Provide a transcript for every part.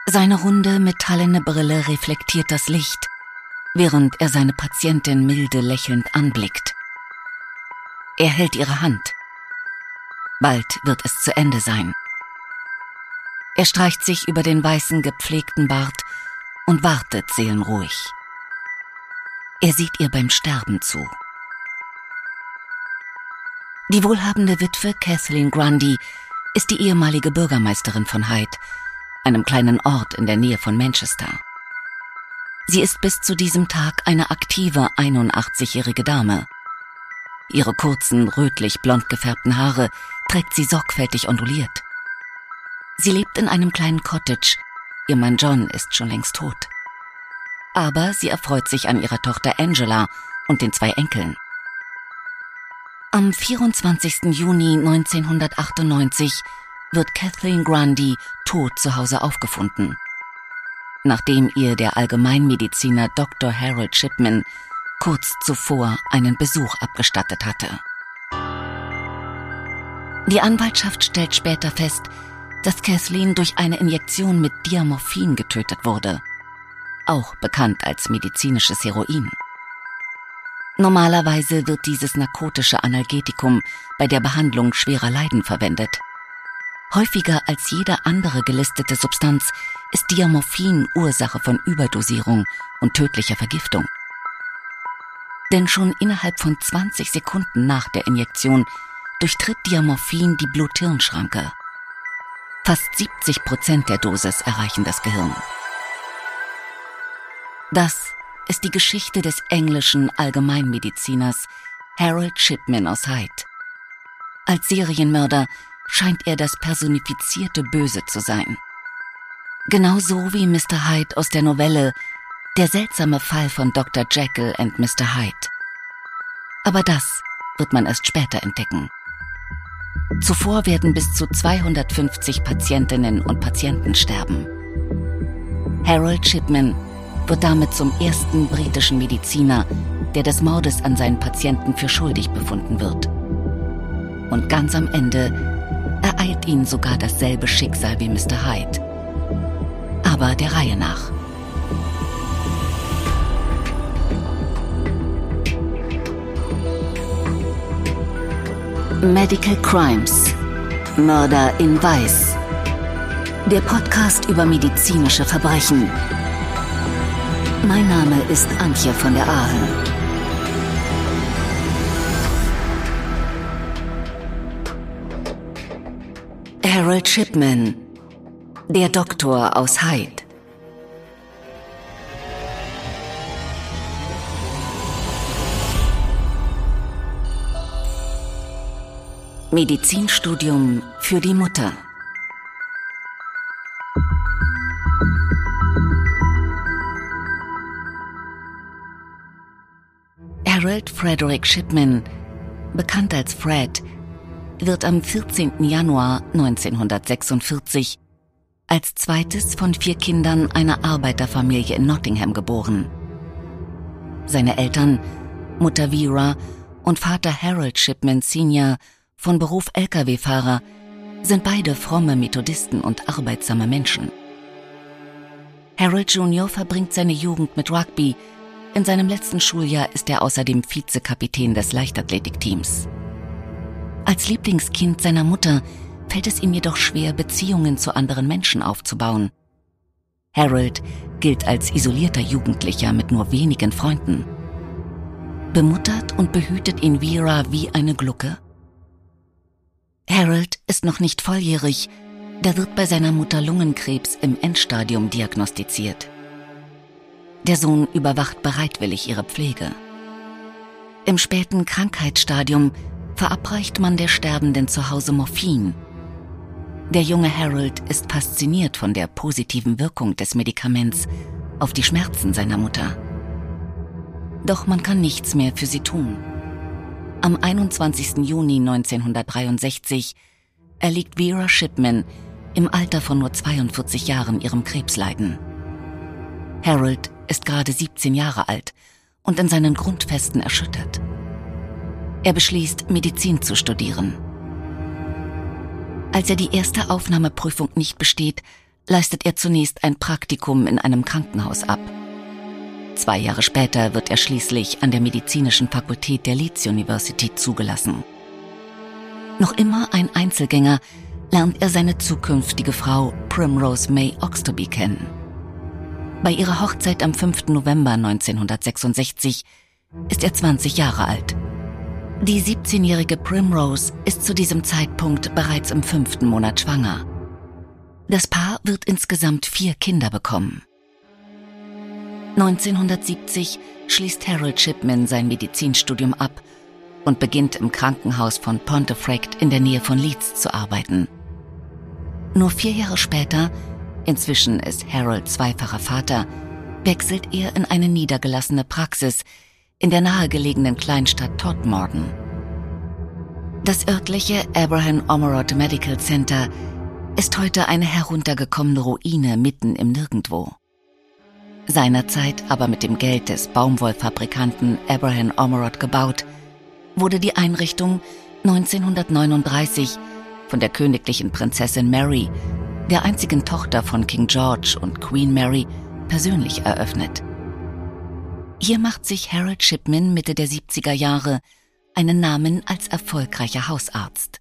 Seine runde, metallene Brille reflektiert das Licht, während er seine Patientin milde lächelnd anblickt. Er hält ihre Hand. Bald wird es zu Ende sein. Er streicht sich über den weißen, gepflegten Bart und wartet seelenruhig. Er sieht ihr beim Sterben zu. Die wohlhabende Witwe Kathleen Grundy ist die ehemalige Bürgermeisterin von Hyde, einem kleinen Ort in der Nähe von Manchester. Sie ist bis zu diesem Tag eine aktive 81-jährige Dame. Ihre kurzen, rötlich-blond gefärbten Haare trägt sie sorgfältig onduliert. Sie lebt in einem kleinen Cottage. Ihr Mann John ist schon längst tot. Aber sie erfreut sich an ihrer Tochter Angela und den 2 Enkeln. Am 24. Juni 1998 wird Kathleen Grundy tot zu Hause aufgefunden, nachdem ihr der Allgemeinmediziner Dr. Harold Shipman kurz zuvor einen Besuch abgestattet hatte. Die Anwaltschaft stellt später fest, dass Kathleen durch eine Injektion mit Diamorphin getötet wurde, auch bekannt als medizinisches Heroin. Normalerweise wird dieses narkotische Analgetikum bei der Behandlung schwerer Leiden verwendet. Häufiger als jede andere gelistete Substanz ist Diamorphin Ursache von Überdosierung und tödlicher Vergiftung. Denn schon innerhalb von 20 Sekunden nach der Injektion durchtritt Diamorphin die Blut-Hirn-Schranke. Fast 70% der Dosis erreichen das Gehirn. Das ist die Geschichte des englischen Allgemeinmediziners Harold Shipman aus Hyde. Als Serienmörder scheint er das personifizierte Böse zu sein. Genauso wie Mr. Hyde aus der Novelle Der seltsame Fall von Dr. Jekyll and Mr. Hyde. Aber das wird man erst später entdecken. Zuvor werden bis zu 250 Patientinnen und Patienten sterben. Harold Shipman wird damit zum ersten britischen Mediziner, der des Mordes an seinen Patienten für schuldig befunden wird. Und ganz am Ende ereilt ihn sogar dasselbe Schicksal wie Mr. Hyde. Aber der Reihe nach. Medical Crimes – Mörder in Weiß. Der Podcast über medizinische Verbrechen. Mein Name ist Antje von der Ahe. Harold Shipman, der Doktor aus Hyde. Medizinstudium für die Mutter. Harold Frederick Shipman, bekannt als Fred, wird am 14. Januar 1946 als zweites von 4 Kindern einer Arbeiterfamilie in Nottingham geboren. Seine Eltern, Mutter Vera und Vater Harold Shipman Sr., von Beruf Lkw-Fahrer, sind beide fromme Methodisten und arbeitsame Menschen. Harold Jr. verbringt seine Jugend mit Rugby. In seinem letzten Schuljahr ist er außerdem Vizekapitän des Leichtathletikteams. Als Lieblingskind seiner Mutter fällt es ihm jedoch schwer, Beziehungen zu anderen Menschen aufzubauen. Harold gilt als isolierter Jugendlicher mit nur wenigen Freunden. Bemuttert und behütet ihn Vera wie eine Glucke. Harold ist noch nicht volljährig, da wird bei seiner Mutter Lungenkrebs im Endstadium diagnostiziert. Der Sohn überwacht bereitwillig ihre Pflege. Im späten Krankheitsstadium verabreicht man der Sterbenden zu Hause Morphin. Der junge Harold ist fasziniert von der positiven Wirkung des Medikaments auf die Schmerzen seiner Mutter. Doch man kann nichts mehr für sie tun. Am 21. Juni 1963 erliegt Vera Shipman im Alter von nur 42 Jahren ihrem Krebsleiden. Harold ist gerade 17 Jahre alt und in seinen Grundfesten erschüttert. Er beschließt, Medizin zu studieren. Als er die erste Aufnahmeprüfung nicht besteht, leistet er zunächst ein Praktikum in einem Krankenhaus ab. 2 Jahre später wird er schließlich an der medizinischen Fakultät der Leeds University zugelassen. Noch immer ein Einzelgänger, lernt er seine zukünftige Frau Primrose May Oxtoby kennen. Bei ihrer Hochzeit am 5. November 1966 ist er 20 Jahre alt. Die 17-jährige Primrose ist zu diesem Zeitpunkt bereits im 5. Monat schwanger. Das Paar wird insgesamt 4 Kinder bekommen. 1970 schließt Harold Shipman sein Medizinstudium ab und beginnt im Krankenhaus von Pontefract in der Nähe von Leeds zu arbeiten. Nur 4 Jahre später, inzwischen ist Harold zweifacher Vater, wechselt er in eine niedergelassene Praxis in der nahegelegenen Kleinstadt Todmorden. Das örtliche Abraham Ormerod Medical Center ist heute eine heruntergekommene Ruine mitten im Nirgendwo. Seinerzeit aber mit dem Geld des Baumwollfabrikanten Abraham Ormerod gebaut, wurde die Einrichtung 1939 von der königlichen Prinzessin Mary, der einzigen Tochter von King George und Queen Mary, persönlich eröffnet. Hier macht sich Harold Shipman Mitte der 70er Jahre einen Namen als erfolgreicher Hausarzt.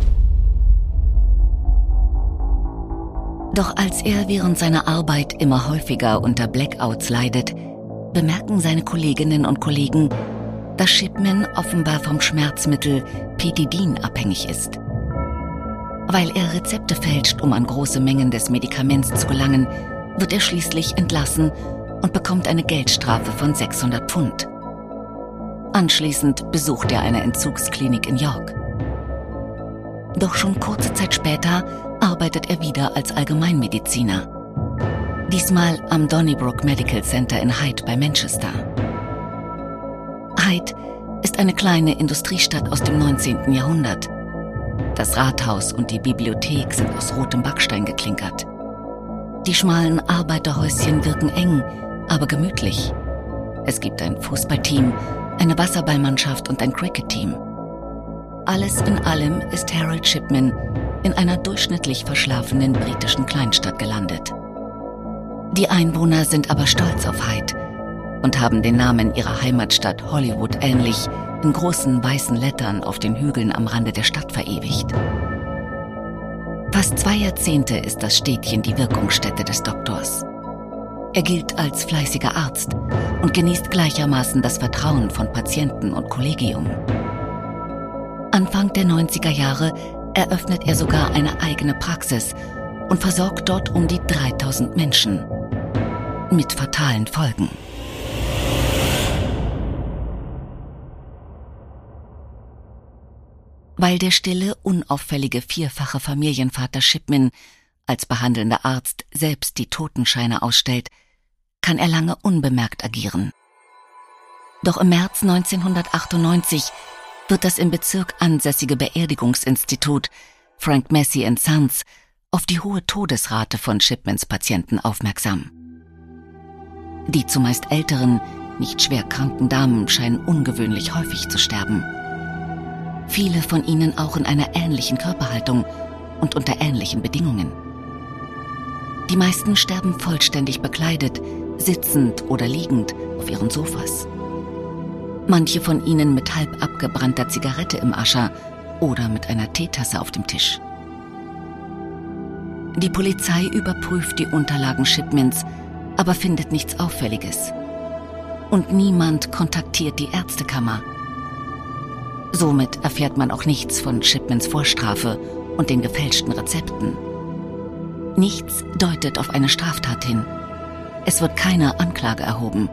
Doch als er während seiner Arbeit immer häufiger unter Blackouts leidet, bemerken seine Kolleginnen und Kollegen, dass Shipman offenbar vom Schmerzmittel Petidin abhängig ist. Weil er Rezepte fälscht, um an große Mengen des Medikaments zu gelangen, wird er schließlich entlassen und bekommt eine Geldstrafe von 600 Pfund. Anschließend besucht er eine Entzugsklinik in York. Doch schon kurze Zeit später arbeitet er wieder als Allgemeinmediziner. Diesmal am Donnybrook Medical Center in Hythe bei Manchester. Hythe ist eine kleine Industriestadt aus dem 19. Jahrhundert. Das Rathaus und die Bibliothek sind aus rotem Backstein geklinkert. Die schmalen Arbeiterhäuschen wirken eng, aber gemütlich. Es gibt ein Fußballteam, eine Wasserballmannschaft und ein Cricket-Team. Alles in allem ist Harold Shipman in einer durchschnittlich verschlafenen britischen Kleinstadt gelandet. Die Einwohner sind aber stolz auf Hythe und haben den Namen ihrer Heimatstadt Hollywood ähnlich in großen weißen Lettern auf den Hügeln am Rande der Stadt verewigt. Fast 2 Jahrzehnte ist das Städtchen die Wirkungsstätte des Doktors. Er gilt als fleißiger Arzt und genießt gleichermaßen das Vertrauen von Patienten und Kollegium. Anfang der 90er Jahre eröffnet er sogar eine eigene Praxis und versorgt dort um die 3000 Menschen. Mit fatalen Folgen. Weil der stille, unauffällige vierfache Familienvater Shipman als behandelnder Arzt selbst die Totenscheine ausstellt, kann er lange unbemerkt agieren. Doch im März 1998 wird das im Bezirk ansässige Beerdigungsinstitut Frank Massey & Sons auf die hohe Todesrate von Shipmans Patienten aufmerksam. Die zumeist älteren, nicht schwer kranken Damen scheinen ungewöhnlich häufig zu sterben. Viele von ihnen auch in einer ähnlichen Körperhaltung und unter ähnlichen Bedingungen. Die meisten sterben vollständig bekleidet, sitzend oder liegend auf ihren Sofas. Manche von ihnen mit halb abgebrannter Zigarette im Ascher oder mit einer Teetasse auf dem Tisch. Die Polizei überprüft die Unterlagen Shipmans, aber findet nichts Auffälliges. Und niemand kontaktiert die Ärztekammer. Somit erfährt man auch nichts von Shipmans Vorstrafe und den gefälschten Rezepten. Nichts deutet auf eine Straftat hin. Es wird keine Anklage erhoben.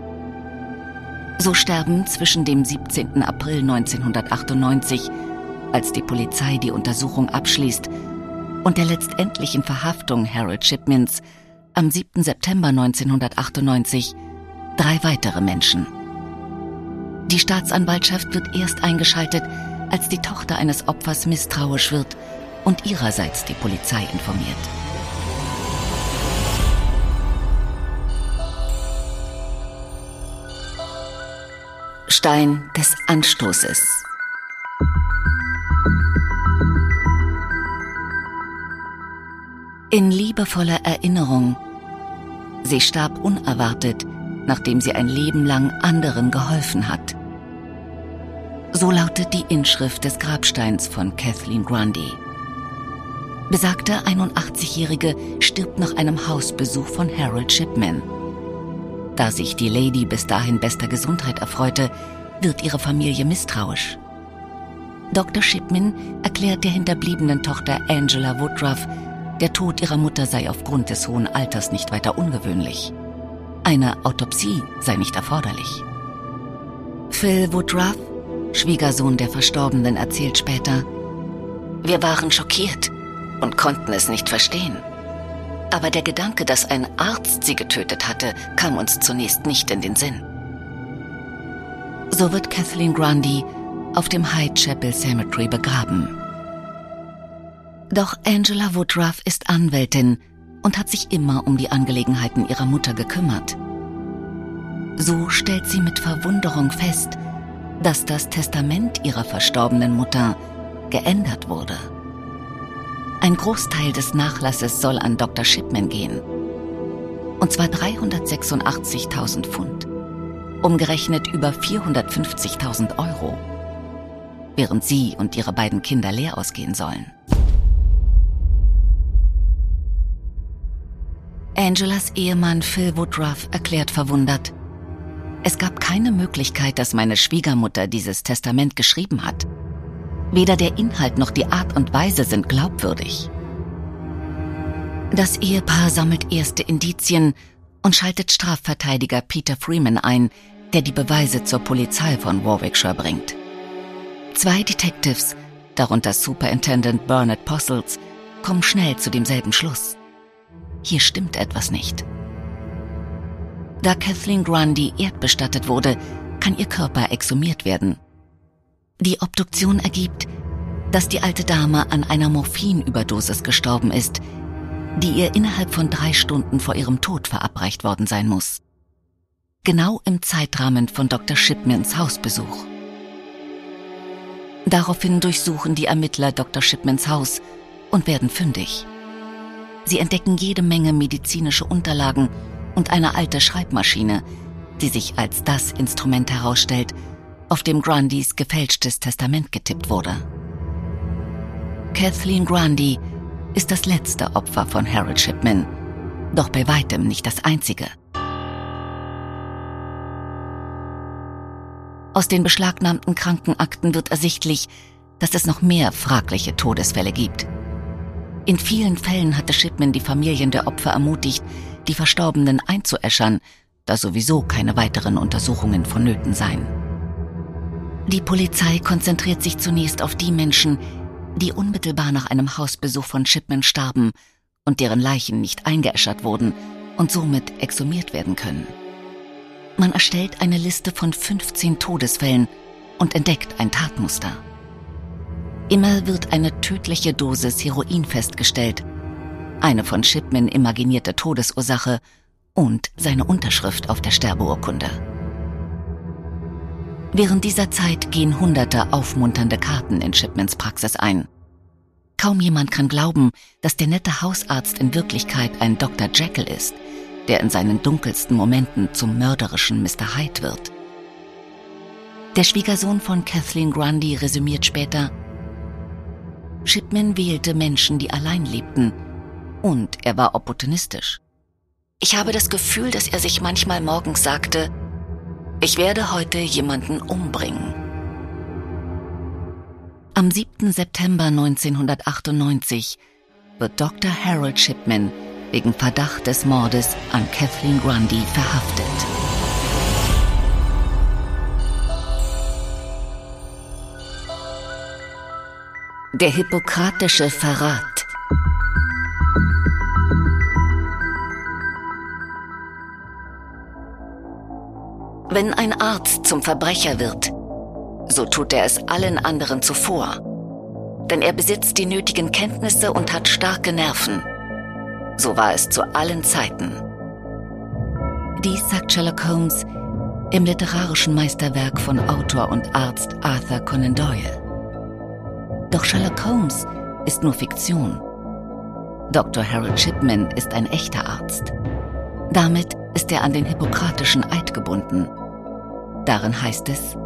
So sterben zwischen dem 17. April 1998, als die Polizei die Untersuchung abschließt, und der letztendlichen Verhaftung Harold Shipmans am 7. September 1998 3 weitere Menschen. Die Staatsanwaltschaft wird erst eingeschaltet, als die Tochter eines Opfers misstrauisch wird und ihrerseits die Polizei informiert. Stein des Anstoßes. In liebevoller Erinnerung. Sie starb unerwartet, nachdem sie ein Leben lang anderen geholfen hat. So lautet die Inschrift des Grabsteins von Kathleen Grundy. Besagte 81-Jährige stirbt nach einem Hausbesuch von Harold Shipman. Da sich die Lady bis dahin bester Gesundheit erfreute, wird ihre Familie misstrauisch. Dr. Shipman erklärt der hinterbliebenen Tochter Angela Woodruff, der Tod ihrer Mutter sei aufgrund des hohen Alters nicht weiter ungewöhnlich. Eine Autopsie sei nicht erforderlich. Phil Woodruff, Schwiegersohn der Verstorbenen, erzählt später: Wir waren schockiert und konnten es nicht verstehen. Aber der Gedanke, dass ein Arzt sie getötet hatte, kam uns zunächst nicht in den Sinn. So wird Kathleen Grundy auf dem Hyde Chapel Cemetery begraben. Doch Angela Woodruff ist Anwältin und hat sich immer um die Angelegenheiten ihrer Mutter gekümmert. So stellt sie mit Verwunderung fest, dass das Testament ihrer verstorbenen Mutter geändert wurde. Ein Großteil des Nachlasses soll an Dr. Shipman gehen. Und zwar 386.000 Pfund, umgerechnet über 450.000 Euro, während sie und ihre beiden Kinder leer ausgehen sollen. Angelas Ehemann Phil Woodruff erklärt verwundert: Es gab keine Möglichkeit, dass meine Schwiegermutter dieses Testament geschrieben hat. Weder der Inhalt noch die Art und Weise sind glaubwürdig. Das Ehepaar sammelt erste Indizien und schaltet Strafverteidiger Peter Freeman ein, der die Beweise zur Polizei von Warwickshire bringt. 2 Detectives, darunter Superintendent Bernard Postles, kommen schnell zu demselben Schluss: Hier stimmt etwas nicht. Da Kathleen Grundy erdbestattet wurde, kann ihr Körper exhumiert werden. Die Obduktion ergibt, dass die alte Dame an einer Morphinüberdosis gestorben ist, die ihr innerhalb von 3 Stunden vor ihrem Tod verabreicht worden sein muss. Genau im Zeitrahmen von Dr. Shipmans Hausbesuch. Daraufhin durchsuchen die Ermittler Dr. Shipmans Haus und werden fündig. Sie entdecken jede Menge medizinische Unterlagen und eine alte Schreibmaschine, die sich als das Instrument herausstellt, auf dem Grundys gefälschtes Testament getippt wurde. Kathleen Grundy ist das letzte Opfer von Harold Shipman, doch bei weitem nicht das einzige. Aus den beschlagnahmten Krankenakten wird ersichtlich, dass es noch mehr fragliche Todesfälle gibt. In vielen Fällen hatte Shipman die Familien der Opfer ermutigt, die Verstorbenen einzuäschern, da sowieso keine weiteren Untersuchungen vonnöten seien. Die Polizei konzentriert sich zunächst auf die Menschen, die unmittelbar nach einem Hausbesuch von Shipman starben und deren Leichen nicht eingeäschert wurden und somit exhumiert werden können. Man erstellt eine Liste von 15 Todesfällen und entdeckt ein Tatmuster. Immer wird eine tödliche Dosis Heroin festgestellt, eine von Shipman imaginierte Todesursache und seine Unterschrift auf der Sterbeurkunde. Während dieser Zeit gehen Hunderte aufmunternde Karten in Shipmans Praxis ein. Kaum jemand kann glauben, dass der nette Hausarzt in Wirklichkeit ein Dr. Jekyll ist, der in seinen dunkelsten Momenten zum mörderischen Mr. Hyde wird. Der Schwiegersohn von Kathleen Grundy resümiert später: Shipman wählte Menschen, die allein lebten, und er war opportunistisch. Ich habe das Gefühl, dass er sich manchmal morgens sagte: Ich werde heute jemanden umbringen. Am 7. September 1998 wird Dr. Harold Shipman wegen Verdacht des Mordes an Kathleen Grundy verhaftet. Der hippokratische Verrat. Wenn ein Arzt zum Verbrecher wird, so tut er es allen anderen zuvor. Denn er besitzt die nötigen Kenntnisse und hat starke Nerven. So war es zu allen Zeiten. Dies sagt Sherlock Holmes im literarischen Meisterwerk von Autor und Arzt Arthur Conan Doyle. Doch Sherlock Holmes ist nur Fiktion. Dr. Harold Shipman ist ein echter Arzt. Damit ist er an den hippokratischen Eid gebunden. Darin heißt es: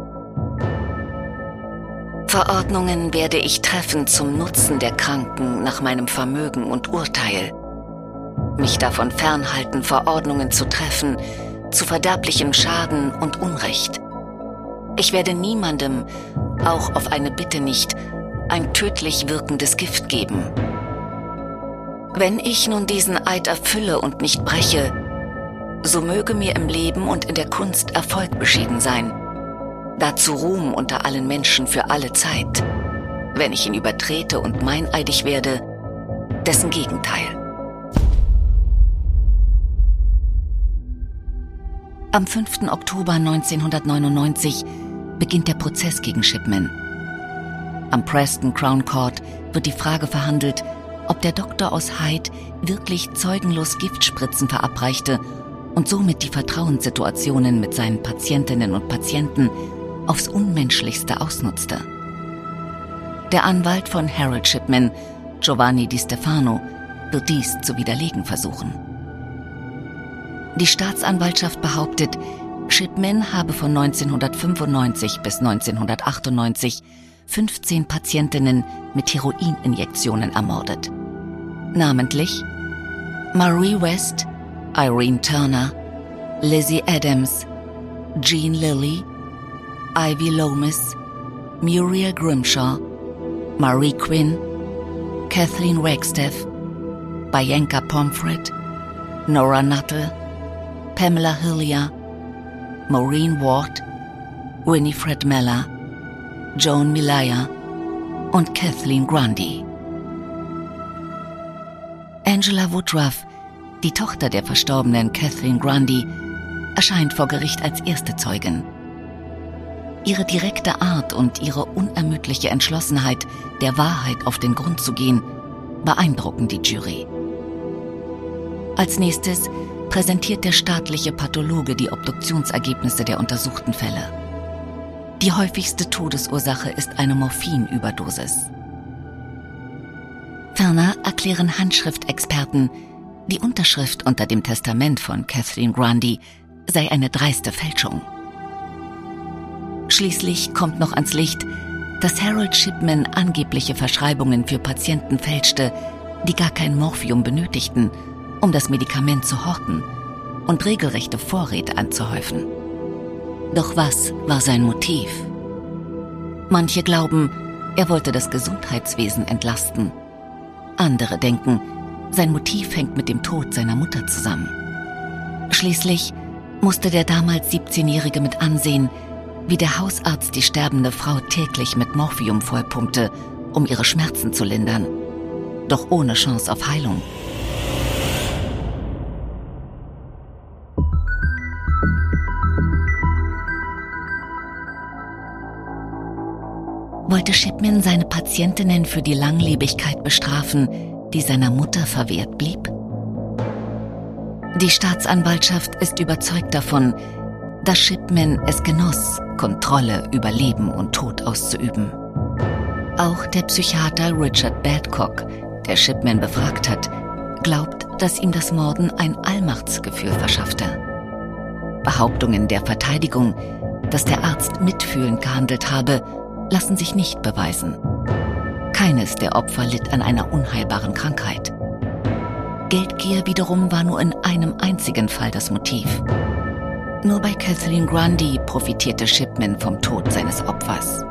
Verordnungen werde ich treffen zum Nutzen der Kranken nach meinem Vermögen und Urteil. Mich davon fernhalten, Verordnungen zu treffen, zu verderblichem Schaden und Unrecht. Ich werde niemandem, auch auf eine Bitte nicht, ein tödlich wirkendes Gift geben. Wenn ich nun diesen Eid erfülle und nicht breche, so möge mir im Leben und in der Kunst Erfolg beschieden sein. Dazu Ruhm unter allen Menschen für alle Zeit. Wenn ich ihn übertrete und meineidig werde, dessen Gegenteil. Am 5. Oktober 1999 beginnt der Prozess gegen Shipman. Am Preston Crown Court wird die Frage verhandelt, ob der Doktor aus Hyde wirklich zeugenlos Giftspritzen verabreichte und somit die Vertrauenssituationen mit seinen Patientinnen und Patienten aufs Unmenschlichste ausnutzte. Der Anwalt von Harold Shipman, Giovanni Di Stefano, wird dies zu widerlegen versuchen. Die Staatsanwaltschaft behauptet, Shipman habe von 1995 bis 1998 15 Patientinnen mit Heroininjektionen ermordet. Namentlich Marie West, Irene Turner, Lizzie Adams, Jean Lilly, Ivy Lomas, Muriel Grimshaw, Marie Quinn, Kathleen Wagstaff, Bianca Pomfret, Nora Nuttall, Pamela Hillier, Maureen Ward, Winifred Meller, Joan Milaya und Kathleen Grundy. Angela Woodruff, die Tochter der verstorbenen Kathleen Grundy, erscheint vor Gericht als erste Zeugin. Ihre direkte Art und ihre unermüdliche Entschlossenheit, der Wahrheit auf den Grund zu gehen, beeindrucken die Jury. Als nächstes präsentiert der staatliche Pathologe die Obduktionsergebnisse der untersuchten Fälle. Die häufigste Todesursache ist eine Morphinüberdosis. Ferner erklären Handschriftexperten, die Unterschrift unter dem Testament von Kathleen Grundy sei eine dreiste Fälschung. Schließlich kommt noch ans Licht, dass Harold Shipman angebliche Verschreibungen für Patienten fälschte, die gar kein Morphium benötigten, um das Medikament zu horten und regelrechte Vorräte anzuhäufen. Doch was war sein Motiv? Manche glauben, er wollte das Gesundheitswesen entlasten. Andere denken, sein Motiv hängt mit dem Tod seiner Mutter zusammen. Schließlich musste der damals 17-Jährige mit ansehen, wie der Hausarzt die sterbende Frau täglich mit Morphium vollpumpte, um ihre Schmerzen zu lindern. Doch ohne Chance auf Heilung. Wollte Shipman seine Patientinnen für die Langlebigkeit bestrafen, die seiner Mutter verwehrt blieb? Die Staatsanwaltschaft ist überzeugt davon, dass Shipman es genoss, Kontrolle über Leben und Tod auszuüben. Auch der Psychiater Richard Badcock, der Shipman befragt hat, glaubt, dass ihm das Morden ein Allmachtsgefühl verschaffte. Behauptungen der Verteidigung, dass der Arzt mitfühlend gehandelt habe, lassen sich nicht beweisen. Keines der Opfer litt an einer unheilbaren Krankheit. Geldgier wiederum war nur in einem einzigen Fall das Motiv. Nur bei Kathleen Grundy profitierte Shipman vom Tod seines Opfers.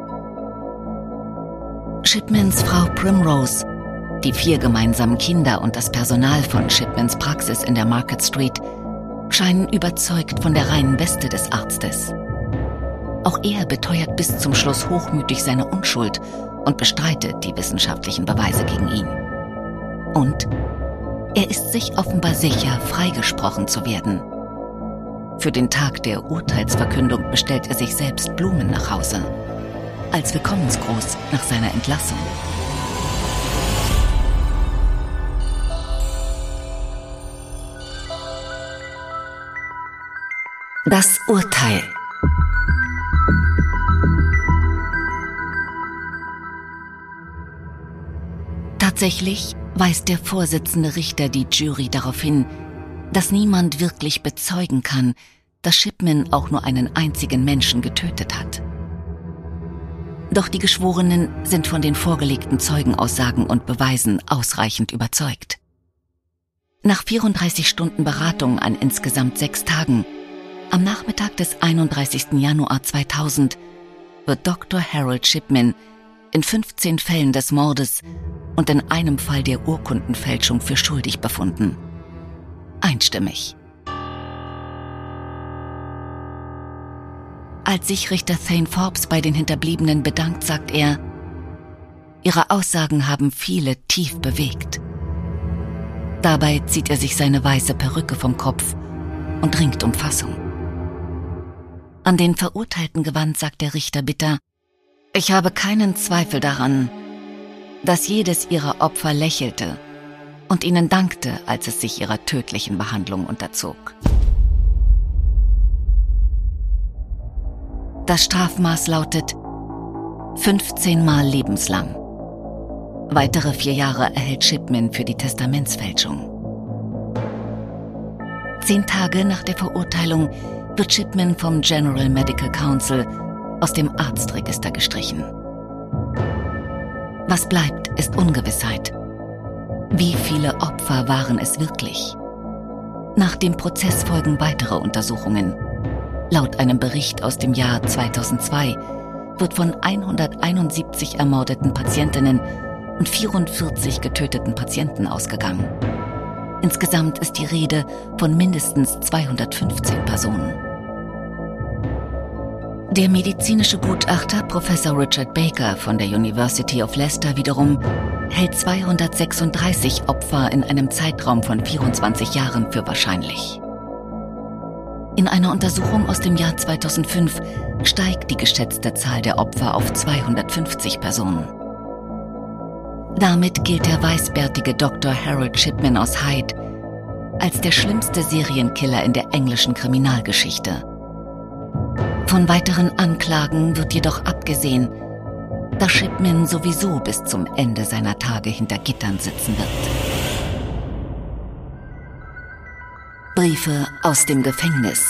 Shipmans Frau Primrose, die 4 gemeinsamen Kinder und das Personal von Shipmans Praxis in der Market Street scheinen überzeugt von der reinen Weste des Arztes. Auch er beteuert bis zum Schluss hochmütig seine Unschuld und bestreitet die wissenschaftlichen Beweise gegen ihn. Und er ist sich offenbar sicher, freigesprochen zu werden. Für den Tag der Urteilsverkündung bestellt er sich selbst Blumen nach Hause, als Willkommensgruß nach seiner Entlassung. Das Urteil. Tatsächlich weist der Vorsitzende Richter die Jury darauf hin, dass niemand wirklich bezeugen kann, dass Shipman auch nur einen einzigen Menschen getötet hat. Doch die Geschworenen sind von den vorgelegten Zeugenaussagen und Beweisen ausreichend überzeugt. Nach 34 Stunden Beratung an insgesamt 6 Tagen, am Nachmittag des 31. Januar 2000, wird Dr. Harold Shipman in 15 Fällen des Mordes und in einem Fall der Urkundenfälschung für schuldig befunden. Einstimmig. Als sich Richter Thane Forbes bei den Hinterbliebenen bedankt, sagt er: Ihre Aussagen haben viele tief bewegt. Dabei zieht er sich seine weiße Perücke vom Kopf und ringt um Fassung. An den Verurteilten gewandt sagt der Richter bitter: Ich habe keinen Zweifel daran, dass jedes ihrer Opfer lächelte und ihnen dankte, als es sich ihrer tödlichen Behandlung unterzog. Das Strafmaß lautet 15 Mal lebenslang. Weitere 4 Jahre erhält Shipman für die Testamentsfälschung. 10 Tage nach der Verurteilung wird Shipman vom General Medical Council aus dem Arztregister gestrichen. Was bleibt, ist Ungewissheit. Wie viele Opfer waren es wirklich? Nach dem Prozess folgen weitere Untersuchungen. Laut einem Bericht aus dem Jahr 2002 wird von 171 ermordeten Patientinnen und 44 getöteten Patienten ausgegangen. Insgesamt ist die Rede von mindestens 215 Personen. Der medizinische Gutachter Professor Richard Baker von der University of Leicester wiederum hält 236 Opfer in einem Zeitraum von 24 Jahren für wahrscheinlich. In einer Untersuchung aus dem Jahr 2005 steigt die geschätzte Zahl der Opfer auf 250 Personen. Damit gilt der weißbärtige Dr. Harold Shipman aus Hyde als der schlimmste Serienkiller in der englischen Kriminalgeschichte. Von weiteren Anklagen wird jedoch abgesehen, da Shipman sowieso bis zum Ende seiner Tage hinter Gittern sitzen wird. Briefe aus dem Gefängnis.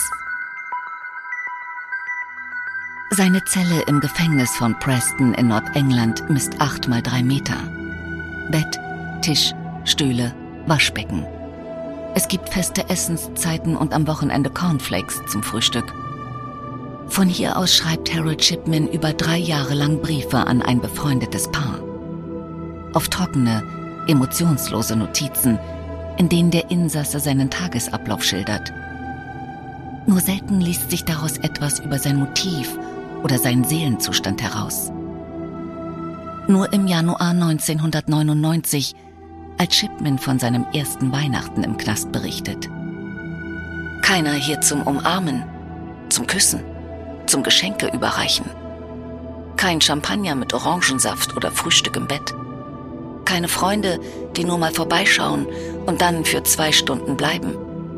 Seine Zelle im Gefängnis von Preston in Nordengland misst 8 mal 3 Meter. Bett, Tisch, Stühle, Waschbecken. Es gibt feste Essenszeiten und am Wochenende Cornflakes zum Frühstück. Von hier aus schreibt Harold Shipman über 3 Jahre lang Briefe an ein befreundetes Paar. Auf trockene, emotionslose Notizen, in denen der Insasse seinen Tagesablauf schildert. Nur selten liest sich daraus etwas über sein Motiv oder seinen Seelenzustand heraus. Nur im Januar 1999, als Shipman von seinem ersten Weihnachten im Knast berichtet. Keiner hier zum Umarmen, zum Küssen, zum Geschenke überreichen. Kein Champagner mit Orangensaft oder Frühstück im Bett. Keine Freunde, die nur mal vorbeischauen und dann für 2 Stunden bleiben.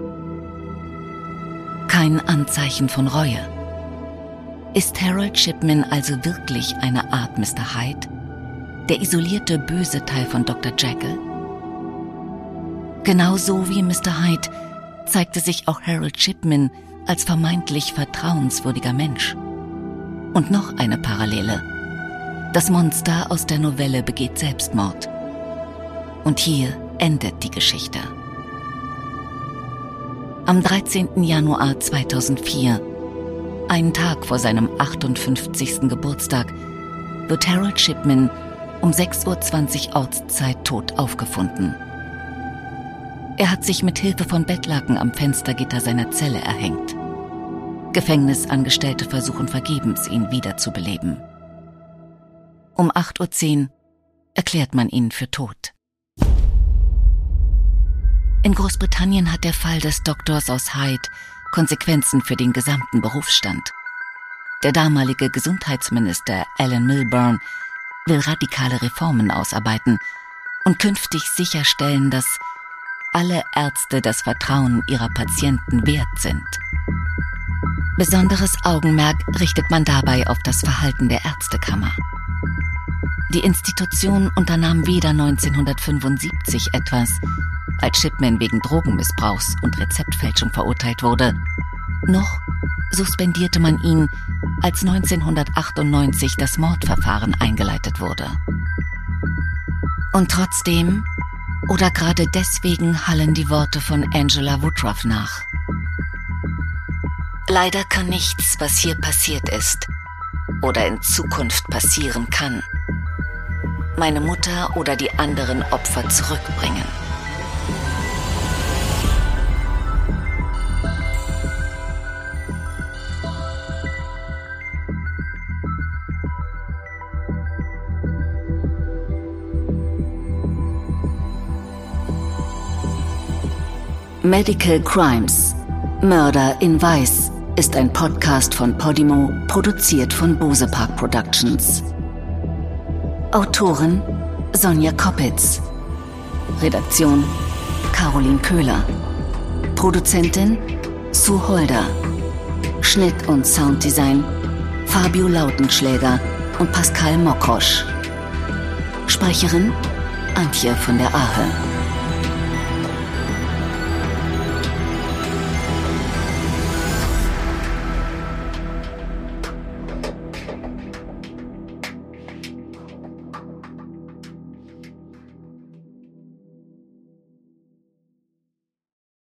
Kein Anzeichen von Reue. Ist Harold Shipman also wirklich eine Art Mr. Hyde? Der isolierte böse Teil von Dr. Jekyll? Genauso wie Mr. Hyde zeigte sich auch Harold Shipman als vermeintlich vertrauenswürdiger Mensch. Und noch eine Parallele. Das Monster aus der Novelle begeht Selbstmord. Und hier endet die Geschichte. Am 13. Januar 2004, einen Tag vor seinem 58. Geburtstag, wird Harold Shipman um 6:20 Uhr Ortszeit tot aufgefunden. Er hat sich mit Hilfe von Bettlaken am Fenstergitter seiner Zelle erhängt. Gefängnisangestellte versuchen vergebens, ihn wiederzubeleben. Um 8:10 Uhr erklärt man ihn für tot. In Großbritannien hat der Fall des Doktors aus Hyde Konsequenzen für den gesamten Berufsstand. Der damalige Gesundheitsminister Alan Milburn will radikale Reformen ausarbeiten und künftig sicherstellen, dass alle Ärzte das Vertrauen ihrer Patienten wert sind. Besonderes Augenmerk richtet man dabei auf das Verhalten der Ärztekammer. Die Institution unternahm weder 1975 etwas, als Shipman wegen Drogenmissbrauchs und Rezeptfälschung verurteilt wurde, noch suspendierte man ihn, als 1998 das Mordverfahren eingeleitet wurde. Und trotzdem, oder gerade deswegen, hallen die Worte von Angela Woodruff nach. Leider kann nichts, was hier passiert ist oder in Zukunft passieren kann, meine Mutter oder die anderen Opfer zurückbringen. Medical Crimes – Mörder in Weiß ist ein Podcast von Podimo, produziert von Bose Park Productions. Autorin Sonja Koppitz. Redaktion Caroline Köhler. Produzentin Sue Holder. Schnitt und Sounddesign Fabio Lautenschläger und Pascal Mokrosch. Sprecherin Antje von der Ahe.